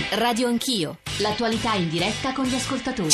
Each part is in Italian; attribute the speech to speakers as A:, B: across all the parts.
A: Radio Anch'io, l'attualità in diretta con gli ascoltatori.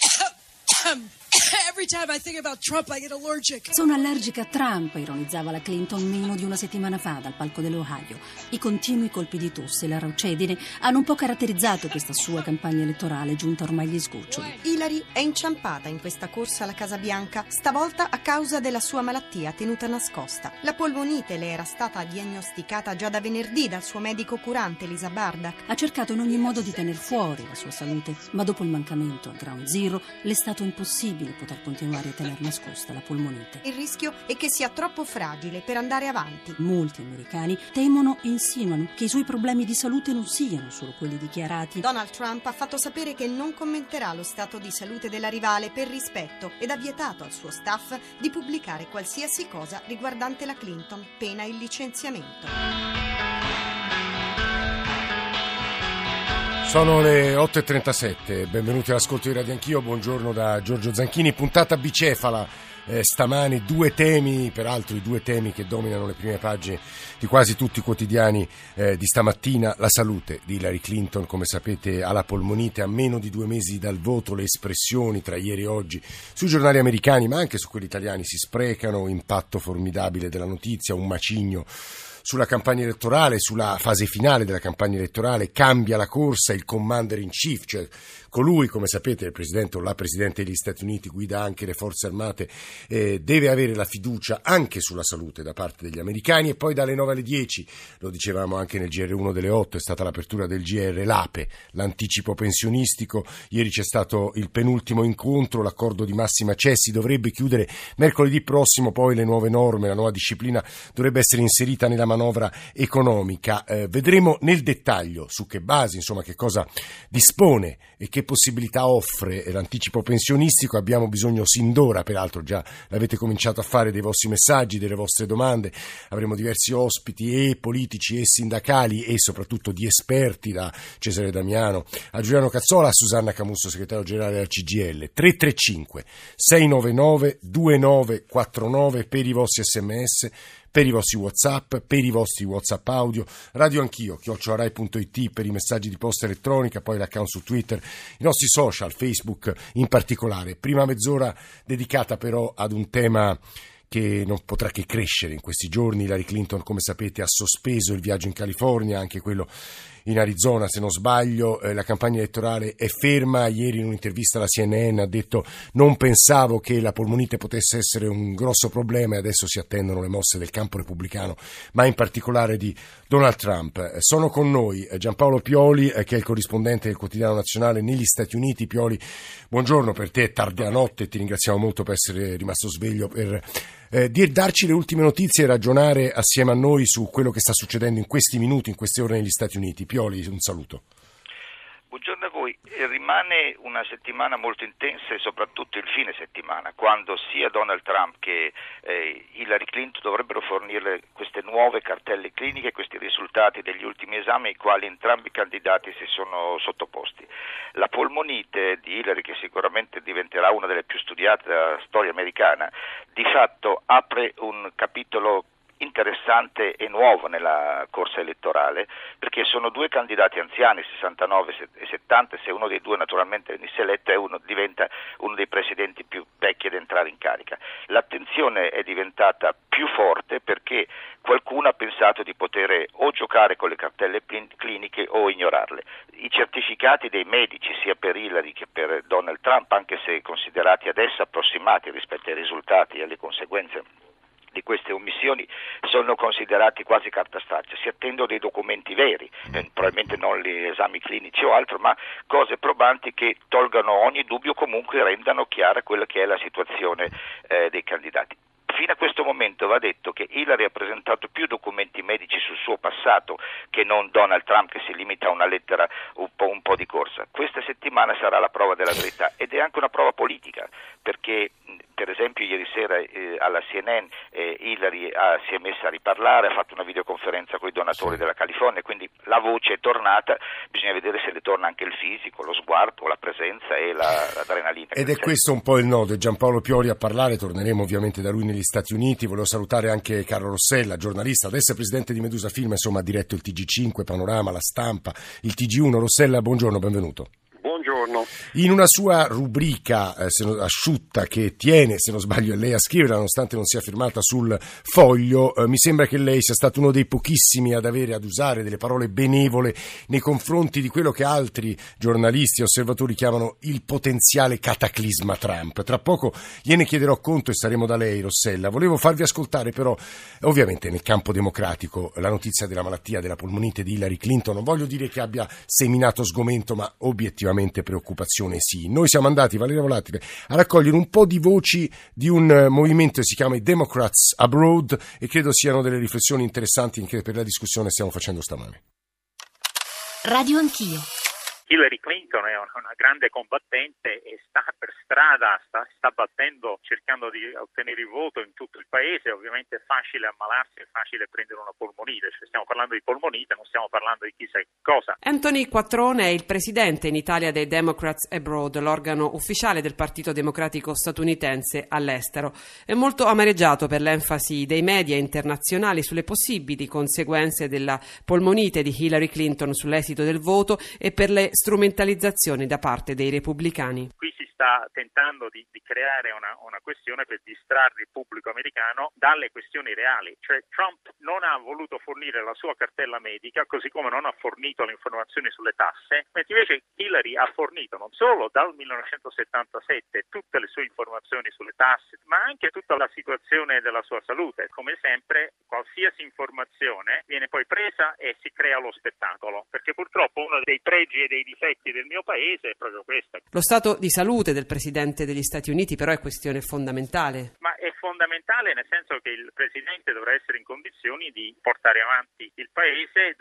B: Sono allergica a Trump, ironizzava la Clinton meno di una settimana fa dal palco dell'Ohio. I continui colpi di tosse e la raucedine hanno un po' caratterizzato questa sua campagna elettorale giunta ormai agli sgoccioli.
C: Hillary è inciampata in questa corsa alla Casa Bianca, stavolta a causa della sua malattia tenuta nascosta. La polmonite le era stata diagnosticata già da venerdì dal suo medico curante, Lisa Bardack.
B: Ha cercato in ogni modo di tener fuori la sua salute, ma dopo il mancamento al Ground Zero le è stato impossibile poter continuare a tener nascosta la polmonite.
C: Il rischio è che sia troppo fragile per andare avanti.
B: Molti americani temono e insinuano che i suoi problemi di salute non siano solo quelli dichiarati.
C: Donald Trump ha fatto sapere che non commenterà lo stato di salute della rivale per rispetto ed ha vietato al suo staff di pubblicare qualsiasi cosa riguardante la Clinton, pena il licenziamento.
D: Sono le 8.37, benvenuti all'ascolto di Radio Anch'io, buongiorno da Giorgio Zanchini, puntata bicefala, stamani due temi, peraltro i due temi che dominano le prime pagine di quasi tutti i quotidiani di stamattina, la salute di Hillary Clinton, come sapete ha la polmonite, a meno di 2 mesi dal voto le espressioni tra ieri e oggi sui giornali americani ma anche su quelli italiani si sprecano, impatto formidabile della notizia, un macigno sulla campagna elettorale, sulla fase finale della campagna elettorale, cambia la corsa, il commander in chief, cioè colui, come sapete, il presidente o la presidente degli Stati Uniti, guida anche le forze armate, deve avere la fiducia anche sulla salute da parte degli americani. E poi dalle 9 alle 10, lo dicevamo anche nel GR1 delle 8, è stata l'apertura del GR, l'APE, l'anticipo pensionistico. Ieri c'è stato il penultimo incontro, l'accordo di massima c'è, si dovrebbe chiudere mercoledì prossimo, poi le nuove norme, la nuova disciplina dovrebbe essere inserita nella manovra economica. Vedremo nel dettaglio su che basi, insomma, che cosa dispone e che possibilità offre l'anticipo pensionistico. Abbiamo bisogno sin d'ora, peraltro già l'avete cominciato a fare, dei vostri messaggi, delle vostre domande. Avremo diversi ospiti e politici e sindacali e soprattutto di esperti, da Cesare Damiano a Giuliano Cazzola a Susanna Camusso, segretario generale della CGIL. 335 699 2949 per i vostri sms, per i vostri WhatsApp, per i vostri WhatsApp audio, Radio Anch'io, @rai.it per i messaggi di posta elettronica, poi l'account su Twitter, i nostri social, Facebook in particolare. Prima mezz'ora dedicata però ad un tema che non potrà che crescere in questi giorni. Hillary Clinton, come sapete, ha sospeso il viaggio in California, anche quello in Arizona se non sbaglio. La campagna elettorale è ferma. Ieri in un'intervista alla CNN ha detto: non pensavo che la polmonite potesse essere un grosso problema, e adesso si attendono le mosse del campo repubblicano, ma in particolare di Donald Trump. Sono con noi Giampaolo Pioli, che è il corrispondente del Quotidiano Nazionale negli Stati Uniti. Pioli, buongiorno, per te è tarda notte, ti ringraziamo molto per essere rimasto sveglio, per darci le ultime notizie e ragionare assieme a noi su quello che sta succedendo in questi minuti, in queste ore negli Stati Uniti. Pioli, un saluto.
E: Buongiorno a voi. Rimane una settimana molto intensa e soprattutto il fine settimana, quando sia Donald Trump che Hillary Clinton dovrebbero fornire queste nuove cartelle cliniche, questi risultati degli ultimi esami ai quali entrambi i candidati si sono sottoposti. La polmonite di Hillary, che sicuramente diventerà una delle più studiate della storia americana, di fatto apre un capitolo interessante e nuovo nella corsa elettorale, perché sono due candidati anziani, 69 e 70, se uno dei due naturalmente venisse eletto diventa uno dei presidenti più vecchi ad entrare in carica. L'attenzione è diventata più forte perché qualcuno ha pensato di poter o giocare con le cartelle cliniche o ignorarle. I certificati dei medici sia per Hillary che per Donald Trump, anche se considerati adesso approssimati rispetto ai risultati e alle conseguenze di queste omissioni, sono considerati quasi carta straccia. Si attendono dei documenti veri, probabilmente non gli esami clinici o altro, ma cose probanti che tolgano ogni dubbio, comunque rendano chiara quella che è la situazione dei candidati. Fino a questo momento va detto che Hillary ha presentato più documenti medici sul suo passato che non Donald Trump, che si limita a una lettera un po' di corsa. Questa settimana sarà la prova della verità, ed è anche una prova politica, perché per esempio ieri sera alla CNN Hillary si è messa a riparlare, ha fatto una videoconferenza con i donatori della California, quindi la voce è tornata, bisogna vedere se le torna anche il fisico, lo sguardo, la presenza e l'adrenalina.
D: Ed è questo un po' il nodo. Giampaolo Pioli a parlare, torneremo ovviamente da lui negli Stati Uniti. Volevo salutare anche Carlo Rossella, giornalista, adesso è presidente di Medusa Film, insomma ha diretto il TG5, Panorama, La Stampa, il TG1. Rossella, buongiorno, benvenuto.
F: Buongiorno.
D: In una sua rubrica asciutta che tiene, se non sbaglio è lei a scriverla, nonostante non sia firmata sul foglio, mi sembra che lei sia stato uno dei pochissimi ad usare delle parole benevole nei confronti di quello che altri giornalisti e osservatori chiamano il potenziale cataclisma Trump. Tra poco gliene chiederò conto e saremo da lei, Rossella. Volevo farvi ascoltare però, ovviamente nel campo democratico, la notizia della malattia della polmonite di Hillary Clinton. Non voglio dire che abbia seminato sgomento, ma obiettivamente preoccupazione sì. Noi siamo andati, Valeria Volatile, a raccogliere un po' di voci di un movimento che si chiama i Democrats Abroad e credo siano delle riflessioni interessanti anche per la discussione che stiamo facendo stamane.
A: Radio Anch'io.
G: Hillary Clinton è una grande combattente e sta per strada, sta battendo, cercando di ottenere il voto in tutto il paese. Ovviamente è facile ammalarsi, è facile prendere una polmonite, cioè stiamo parlando di polmonite, non stiamo parlando di chissà che cosa.
H: Anthony Quattrone è il presidente in Italia dei Democrats Abroad, l'organo ufficiale del Partito Democratico statunitense all'estero. È molto amareggiato per l'enfasi dei media internazionali sulle possibili conseguenze della polmonite di Hillary Clinton sull'esito del voto e per le strumentalizzazioni da parte dei repubblicani.
G: Qui si sta tentando di creare una questione per distrarre il pubblico americano dalle questioni reali, cioè Trump non ha voluto fornire la sua cartella medica, così come non ha fornito le informazioni sulle tasse, mentre invece Hillary ha fornito non solo dal 1977 tutte le sue informazioni sulle tasse, ma anche tutta la situazione della sua salute. Come sempre, qualsiasi informazione viene poi presa e si crea lo spettacolo, perché purtroppo uno dei pregi e dei difetti del mio paese è proprio questo.
H: Lo stato di salute del presidente degli Stati Uniti però è questione fondamentale.
G: Ma è fondamentale nel senso che il presidente dovrà essere in condizioni di portare avanti il paese,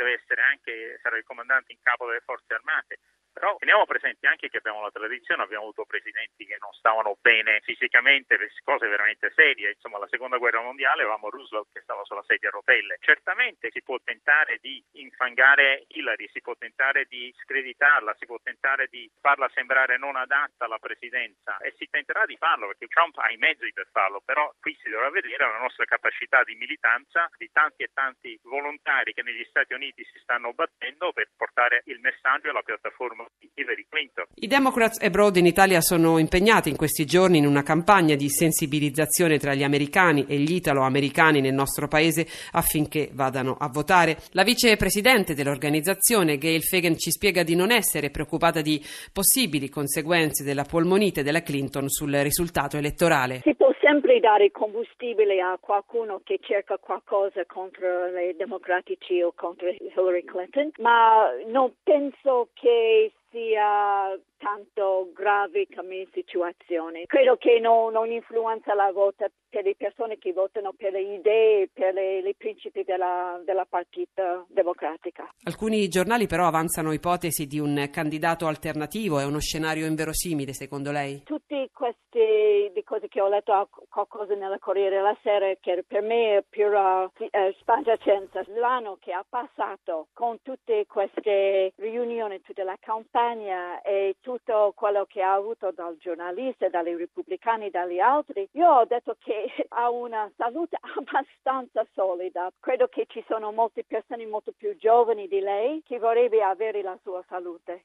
G: sarà il comandante in capo delle forze armate. Però teniamo presenti anche che abbiamo la tradizione, abbiamo avuto presidenti che non stavano bene fisicamente per cose veramente serie. Insomma, la seconda guerra mondiale avevamo Roosevelt che stava sulla sedia a rotelle. Certamente si può tentare di infangare Hillary, si può tentare di screditarla, si può tentare di farla sembrare non adatta alla presidenza e si tenterà di farlo perché Trump ha i mezzi per farlo, però qui si dovrà vedere la nostra capacità di militanza di tanti e tanti volontari che negli Stati Uniti si stanno battendo per portare il messaggio alla piattaforma di Hillary Clinton.
H: I Democrats Abroad in Italia sono impegnati in questi giorni in una campagna di sensibilizzazione tra gli americani e gli italo-americani nel nostro paese affinché vadano a votare. La vicepresidente dell'organizzazione, Gail Fagan, ci spiega di non essere preoccupata di possibili conseguenze della polmonite della Clinton sul risultato elettorale.
I: Si può sempre dare combustibile a qualcuno che cerca qualcosa contro i democratici o contro Hillary Clinton, ma non penso che sia tanto grave come situazione. Credo che non influenza la vota per le persone che votano per le idee, per i principi della partita democratica.
H: Alcuni giornali però avanzano ipotesi di un candidato alternativo. È uno scenario inverosimile secondo lei?
I: Tutte queste cose che ho letto qualcosa nella Corriere della Sera che per me è pura spantacenza. L'anno che ha passato con tutte queste riunioni, tutta la campagna e tutto quello che ha avuto dal giornalista, dai repubblicani, dagli altri, io ho detto che ha una salute abbastanza solida. Credo che ci sono molte persone molto più giovani di lei che vorrebbero avere la sua salute.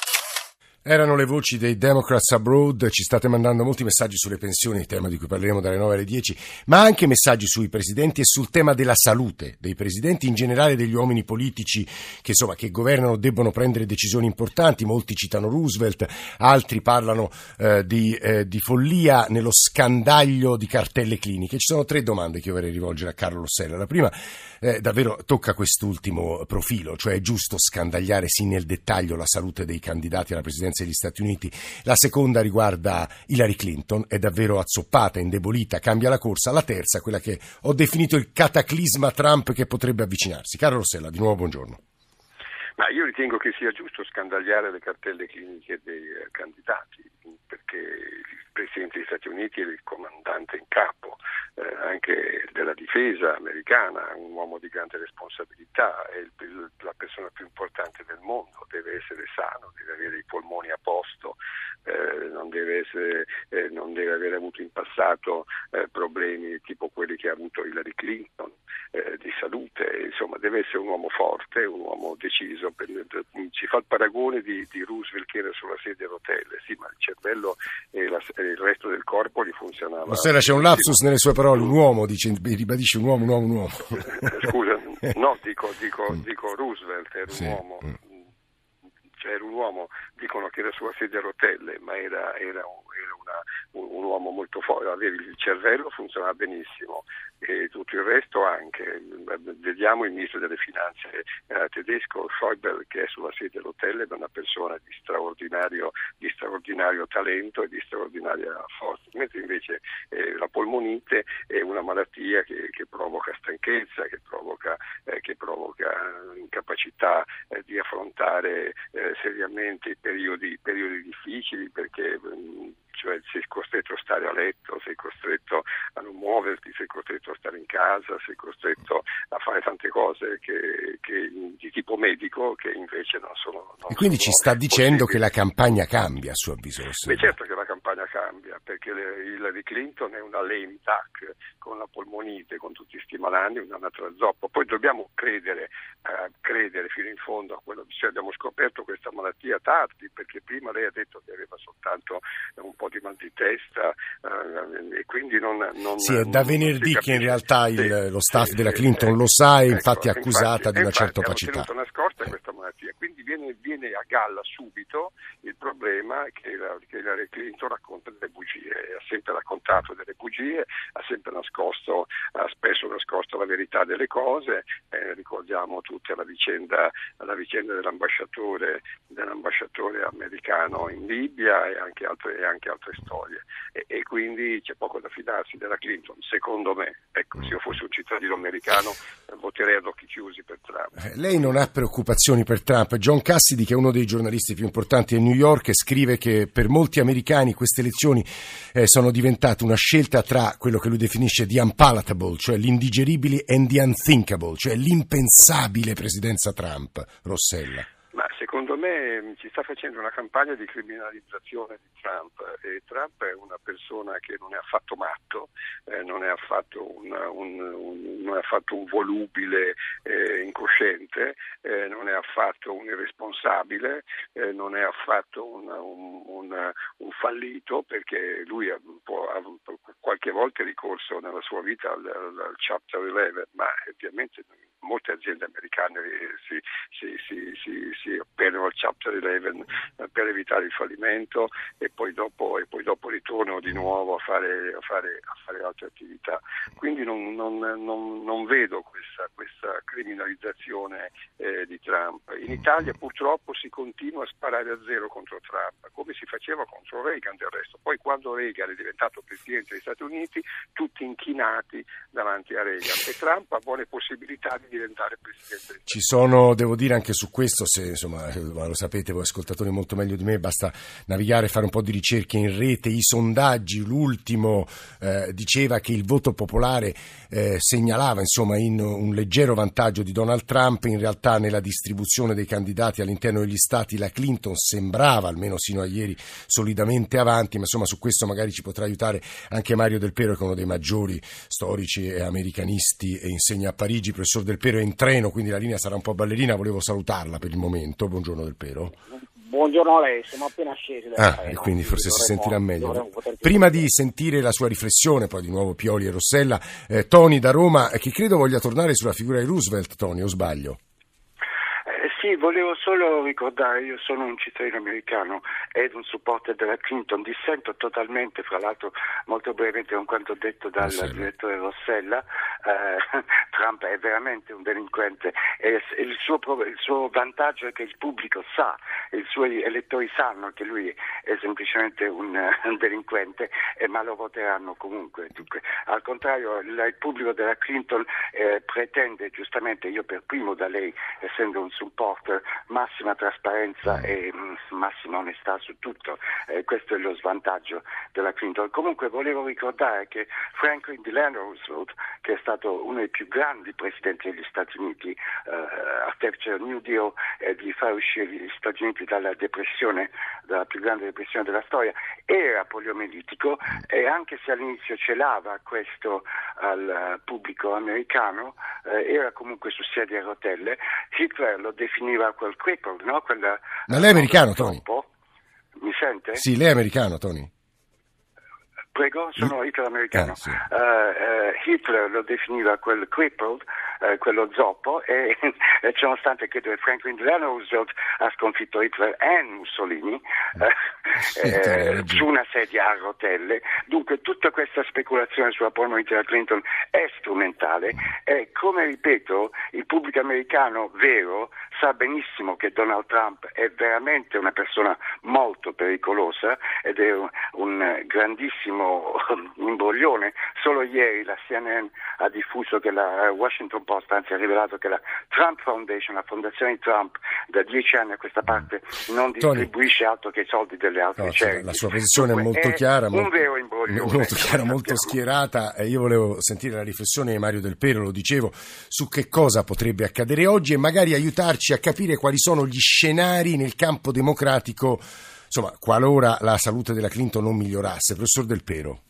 D: Erano le voci dei Democrats Abroad. Ci state mandando molti messaggi sulle pensioni, tema di cui parleremo dalle 9 alle 10, ma anche messaggi sui presidenti e sul tema della salute dei presidenti, in generale degli uomini politici che governano, debbono prendere decisioni importanti. Molti citano Roosevelt, altri parlano di follia nello scandaglio di cartelle cliniche. Ci sono 3 domande che io vorrei rivolgere a Carlo Rossella. La prima davvero tocca quest'ultimo profilo, cioè è giusto scandagliare sì nel dettaglio la salute dei candidati alla presidenza degli Stati Uniti. La seconda riguarda Hillary Clinton, è davvero azzoppata, indebolita, cambia la corsa. La terza, quella che ho definito il cataclisma Trump che potrebbe avvicinarsi. Carlo Rossella, di nuovo buongiorno.
F: Ma io ritengo che sia giusto scandagliare le cartelle cliniche dei candidati, perché il Presidente degli Stati Uniti è il comandante in capo anche della difesa americana, un uomo di grande responsabilità, è la persona più importante del mondo, deve essere sano, deve avere i polmoni a posto, non deve aver avuto in passato problemi tipo quelli che ha avuto Hillary Clinton di salute, insomma deve essere un uomo forte, un uomo deciso. Ci fa il paragone di Roosevelt che era sulla sedia a rotelle, sì, ma il cervello e il resto del corpo gli funzionava.
D: Rossella, c'è un lapsus nelle sue parole, un uomo, ribadisce un uomo.
F: Scusa, no, dico Roosevelt era un uomo. Cioè era un uomo, dicono che era sulla sedia a rotelle, ma era un uomo molto forte, aveva il cervello, funzionava benissimo e tutto il resto anche. Vediamo il ministro delle finanze tedesco Schäuble, che è sulla sedia a rotelle, è una persona di straordinario talento e di straordinaria forza, mentre invece la polmonite è una malattia che provoca stanchezza, che provoca incapacità di affrontare seriamente i periodi difficili, perché cioè sei costretto a stare a letto, sei costretto a non muoverti, sei costretto a stare in casa, sei costretto a fare tante cose che di tipo medico che invece non sono.
D: E quindi ci sta dicendo che la campagna cambia, a suo avviso?
F: Beh, certo che la campagna cambia, perché Hillary Clinton è una lame duck con la polmonite, con tutti sti malanni, una tra zoppo. Poi dobbiamo credere fino in fondo a quello, cioè abbiamo scoperto questa malattia tardi, perché prima lei ha detto che aveva soltanto un po' di mal di testa e quindi non
D: sì, è da venerdì che in realtà lo staff della Clinton lo sa e infatti è accusata di una certa opacità.
F: È nascosta questa malattia, quindi viene a galla subito il problema che Hillary Clinton racconta delle bugie, ha sempre raccontato delle bugie, ha spesso nascosto la verità delle cose. Ricordiamo tutti la vicenda dell'ambasciatore americano in Libia e anche altre storie, e quindi c'è poco da fidarsi della Clinton, secondo me. Ecco, se io fossi un cittadino americano voterei ad occhi chiusi per Trump.
D: Lei non ha preoccupazioni per Trump? John Cassidy, che è uno dei giornalisti più importanti di New York, scrive che per molti americani queste elezioni sono diventate una scelta tra quello che lui definisce the unpalatable, cioè l'indigeribile, and the unthinkable, cioè l'impensabile presidenza Trump. Rossella.
F: Ma secondo me ci sta facendo una campagna di criminalizzazione di Trump, e Trump è una persona che non è affatto matto, non è affatto un volubile incosciente, non è affatto un irresponsabile, non è affatto un fallito, perché lui ha qualche volta ricorso nella sua vita al Chapter 11, ma ovviamente molte aziende americane si operano al Chapter 11 per evitare il fallimento e poi dopo ritornano di nuovo a fare altre attività. Quindi non vedo questa criminalizzazione di Trump. In Italia purtroppo si continua a sparare a zero contro Trump, come si faceva contro Reagan del resto. Poi quando Reagan è diventato Presidente degli Stati Uniti, tutti inchinati davanti a Reagan, e Trump ha buone possibilità di diventare Presidente.
D: Ci sono, devo dire anche su questo, se insomma lo sapete voi ascoltatori molto meglio di me, basta navigare e fare un po' di ricerche in rete, i sondaggi, l'ultimo diceva che il voto popolare segnalava insomma in un leggero vantaggio di Donald Trump. In realtà nella distribuzione dei candidati all'interno degli stati la Clinton sembrava, almeno sino a ieri, solidamente avanti, ma insomma su questo magari ci potrà aiutare anche Mario Del Pero, che è uno dei maggiori storici e americanisti e insegna a Parigi. Professor Del Pero è in treno, quindi la linea sarà un po' ballerina, volevo salutarla per il momento. Buongiorno Del Pero.
J: Buongiorno a lei, siamo appena scesi dal treno,
D: e quindi forse si sentirà meglio. Prima di sentire la sua riflessione, poi di nuovo Pioli e Rossella, Tony da Roma, che credo voglia tornare sulla figura di Roosevelt. Tony, o sbaglio?
K: Sì, volevo solo ricordare, io sono un cittadino americano ed un supporter della Clinton, dissento totalmente, fra l'altro molto brevemente con quanto detto dal direttore Rossella. Trump è veramente un delinquente e il suo vantaggio è che il pubblico sa, i suoi elettori sanno che lui è semplicemente un delinquente, ma lo voteranno comunque. Dunque, al contrario, il pubblico della Clinton pretende, giustamente, io per primo da lei, essendo un supporter, massima trasparenza e massima onestà su tutto. Questo è lo svantaggio della Clinton. Comunque volevo ricordare che Franklin Delano Roosevelt, che è stato uno dei più grandi presidenti degli Stati Uniti, artefice del New Deal, di far uscire gli Stati Uniti dalla depressione, dalla più grande depressione della storia, era poliomelitico, e anche se all'inizio celava questo al pubblico americano, era comunque su sedie a rotelle. Hitler lo definiva quel crippled, no?
D: Ma lei è americano, Tony?
K: Mi sente?
D: Sì, lei è americano, Tony.
K: Prego, sono italo-americano.
D: Sì.
K: Hitler lo definiva quel crippled, quello zoppo, e ciononostante credo che Franklin Delano Roosevelt ha sconfitto Hitler e Mussolini su una sedia a rotelle. Dunque tutta questa speculazione sulla polmonite della Clinton è strumentale, e come ripeto, il pubblico americano vero sa benissimo che Donald Trump è veramente una persona molto pericolosa ed è un grandissimo imbroglione. Solo ieri la CNN ha diffuso che la Washington Post, anzi ha rivelato che la Trump Foundation, la fondazione di Trump, da 10 anni a questa parte non distribuisce altro che i soldi delle altre charity.
D: La sua posizione è molto chiara,
K: un vero imbroglione,
D: molto chiara, molto schierata, e io volevo sentire la riflessione di Mario Del Pero, lo dicevo, su che cosa potrebbe accadere oggi e magari aiutarci a capire quali sono gli scenari nel campo democratico, insomma, qualora la salute della Clinton non migliorasse. Professor Del Pero.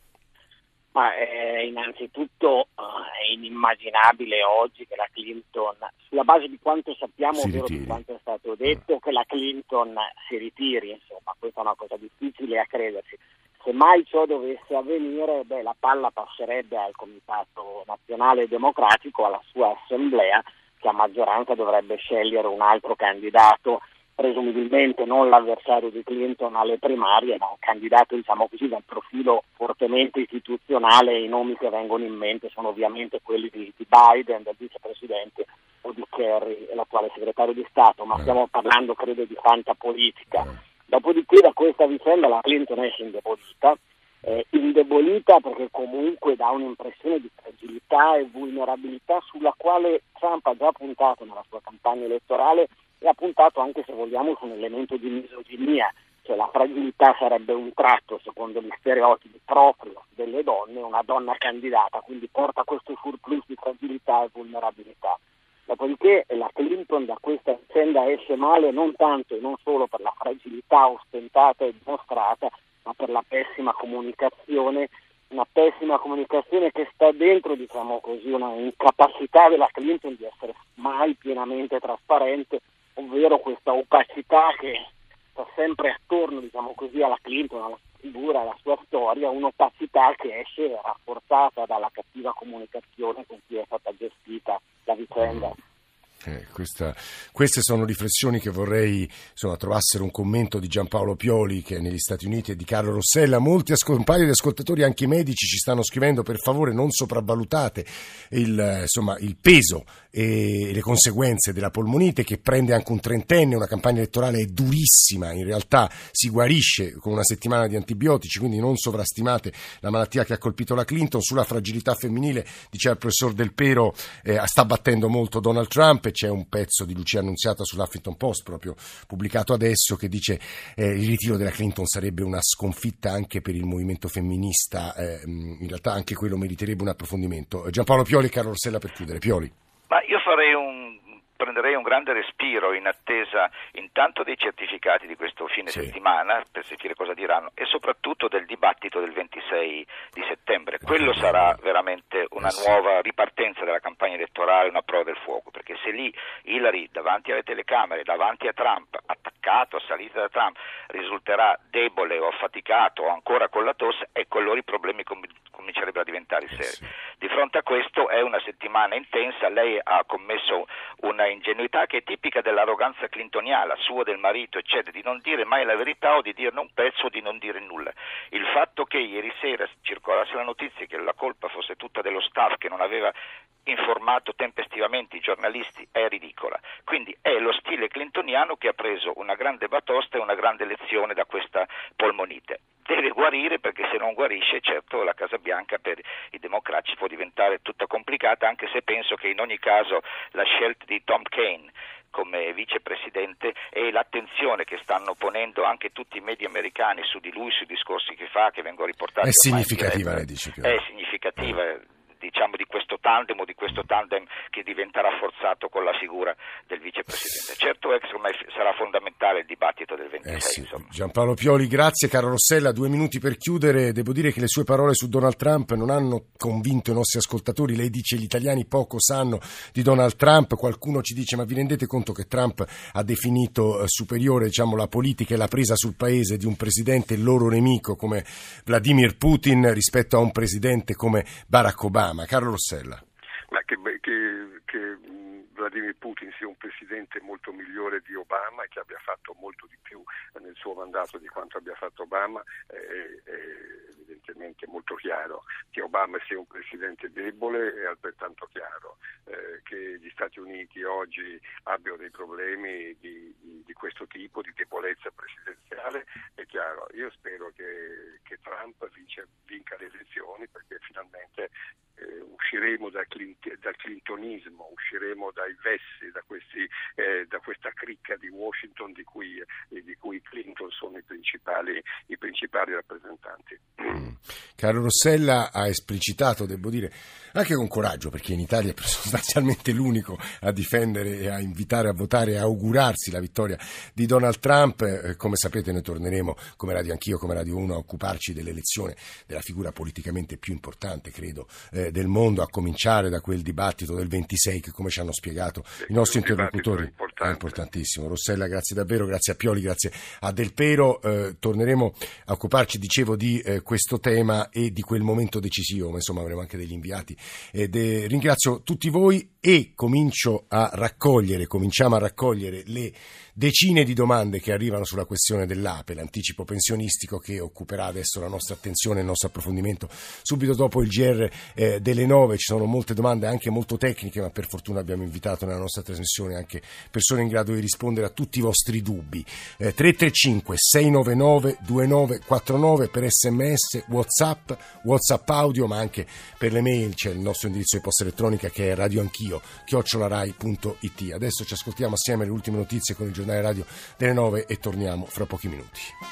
J: Ma innanzitutto è inimmaginabile oggi che la Clinton, sulla base di quanto sappiamo, ovvero di quanto è stato detto, che la Clinton si ritiri, insomma, questa è una cosa difficile a credersi. Se mai ciò dovesse avvenire, la palla passerebbe al Comitato Nazionale Democratico, alla sua assemblea, che a maggioranza dovrebbe scegliere un altro candidato, presumibilmente non l'avversario di Clinton alle primarie, ma un candidato, diciamo così, dal profilo fortemente istituzionale. I nomi che vengono in mente sono ovviamente quelli di Biden, del vicepresidente, o di Kerry, l'attuale segretario di Stato, ma stiamo parlando, credo, di fantapolitica. Dopodiché da questa vicenda la Clinton esce indebolita perché comunque dà un'impressione di fragilità e vulnerabilità sulla quale Trump ha già puntato nella sua campagna elettorale, e ha puntato anche, se vogliamo, su un elemento di misoginia, cioè la fragilità sarebbe un tratto, secondo gli stereotipi, proprio delle donne, una donna candidata, quindi porta questo surplus di fragilità e vulnerabilità. Dopodiché la Clinton da questa vicenda esce male non tanto e non solo per la fragilità ostentata e dimostrata, ma per la pessima comunicazione, una pessima comunicazione che sta dentro, diciamo così, una incapacità della Clinton di essere mai pienamente trasparente, ovvero questa opacità che sta sempre attorno, diciamo così, alla Clinton, alla figura, alla sua storia, un'opacità che esce rafforzata dalla cattiva comunicazione con cui è stata gestita la vicenda.
D: Queste sono riflessioni che vorrei, insomma, trovassero un commento di Giampaolo Pioli, che è negli Stati Uniti, e di Carlo Rossella. Un paio di ascoltatori, anche medici, ci stanno scrivendo: per favore non sopravvalutate il peso e le conseguenze della polmonite, che prende anche un trentenne. Una campagna elettorale è durissima, in realtà si guarisce con una settimana di antibiotici, quindi non sovrastimate la malattia che ha colpito la Clinton. Sulla fragilità femminile, diceva il professor Del Pero, sta battendo molto Donald Trump. C'è un pezzo di Lucia Annunziata sull'Huffington Post, proprio pubblicato adesso, che dice il ritiro della Clinton sarebbe una sconfitta anche per il movimento femminista. In realtà anche quello meriterebbe un approfondimento. Giampaolo Pioli e Carlo Rossella per chiudere. Pioli.
E: Ma io prenderei un grande respiro in attesa intanto dei certificati di questo fine settimana, per sentire cosa diranno, e soprattutto del dibattito del 26 di settembre. Quello sarà veramente una nuova ripartenza della campagna elettorale, una prova del fuoco, perché se lì Hillary davanti alle telecamere, davanti a Trump, attaccato, assalita da Trump, risulterà debole o affaticato o ancora con la tosse, ecco allora i problemi comincerebbero a diventare seri. Di fronte a questo è una settimana intensa. Lei ha commesso una ingenuità che è tipica dell'arroganza clintoniana, sua, del marito, eccetera, di non dire mai la verità, o di dirne un pezzo, o di non dire nulla. Il fatto che ieri sera circolasse la notizia che la colpa fosse tutta dello staff, che non aveva informato tempestivamente i giornalisti, è ridicola. Quindi è lo stile clintoniano che ha preso una grande batosta e una grande lezione da questa polmonite. Deve guarire, perché se non guarisce, certo, la Casa Bianca per i democratici può diventare tutta complicata, anche se penso che in ogni caso la scelta di Tom Kean come vicepresidente e l'attenzione che stanno ponendo anche tutti i media americani su di lui, sui discorsi che fa, che vengono riportati,
D: è significativa, lei dice.
E: È significativa. diciamo di questo tandem o di questo tandem che diventerà rafforzato con la figura del vicepresidente. Certo è che secondo me sarà fondamentale il dibattito del 26.
D: Sì. Giampaolo Pioli, grazie. Caro Rossella, 2 minuti per chiudere. Devo dire che le sue parole su Donald Trump non hanno convinto i nostri ascoltatori. Lei dice gli italiani poco sanno di Donald Trump. Qualcuno ci dice ma vi rendete conto che Trump ha definito superiore, diciamo, la politica e la presa sul paese di un presidente il loro nemico come Vladimir Putin rispetto a un presidente come Barack Obama. Caro Rossella.
F: Ma che Vladimir Putin sia un presidente molto migliore di Obama e che abbia fatto molto di più nel suo mandato di quanto abbia fatto Obama è evidentemente molto chiaro. Che Obama sia un presidente debole è altrettanto chiaro. Che gli Stati Uniti oggi abbiano dei problemi di questo tipo, di debolezza presidenziale, è chiaro. Io spero che Trump vinca le elezioni, perché finalmente usciremo dal clintonismo, usciremo dai vessi, da questa cricca di Washington di cui i Clinton sono i principali rappresentanti.
D: Caro Rossella, ha esplicitato, devo dire, anche con coraggio, perché in Italia è sostanzialmente l'unico a difendere e a invitare a votare e a augurarsi la vittoria di Donald Trump. Come sapete, noi torneremo come Radio Anch'io, come Radio 1, a occuparci dell'elezione della figura politicamente più importante, credo, del mondo, a cominciare da quel dibattito del 26 che, come ci hanno spiegato i nostri interlocutori, è importantissimo. Rossella, grazie davvero, grazie a Pioli, grazie a Del Pero. Torneremo a occuparci, dicevo, di questo tema e di quel momento decisivo, ma insomma avremo anche degli inviati. Ringrazio tutti voi e cominciamo a raccogliere le decine di domande che arrivano sulla questione dell'APE, l'anticipo pensionistico, che occuperà adesso la nostra attenzione, il nostro approfondimento subito dopo il GR delle 9. Ci sono molte domande anche molto tecniche, ma per fortuna abbiamo invitato nella nostra trasmissione anche persone in grado di rispondere a tutti i vostri dubbi. 335 699 2949 per SMS, WhatsApp audio, ma anche per le mail. C'è il nostro indirizzo di posta elettronica che è radioanchio@rai.it. Adesso ci ascoltiamo assieme le ultime notizie con il giornale radio delle 9 e torniamo fra pochi minuti.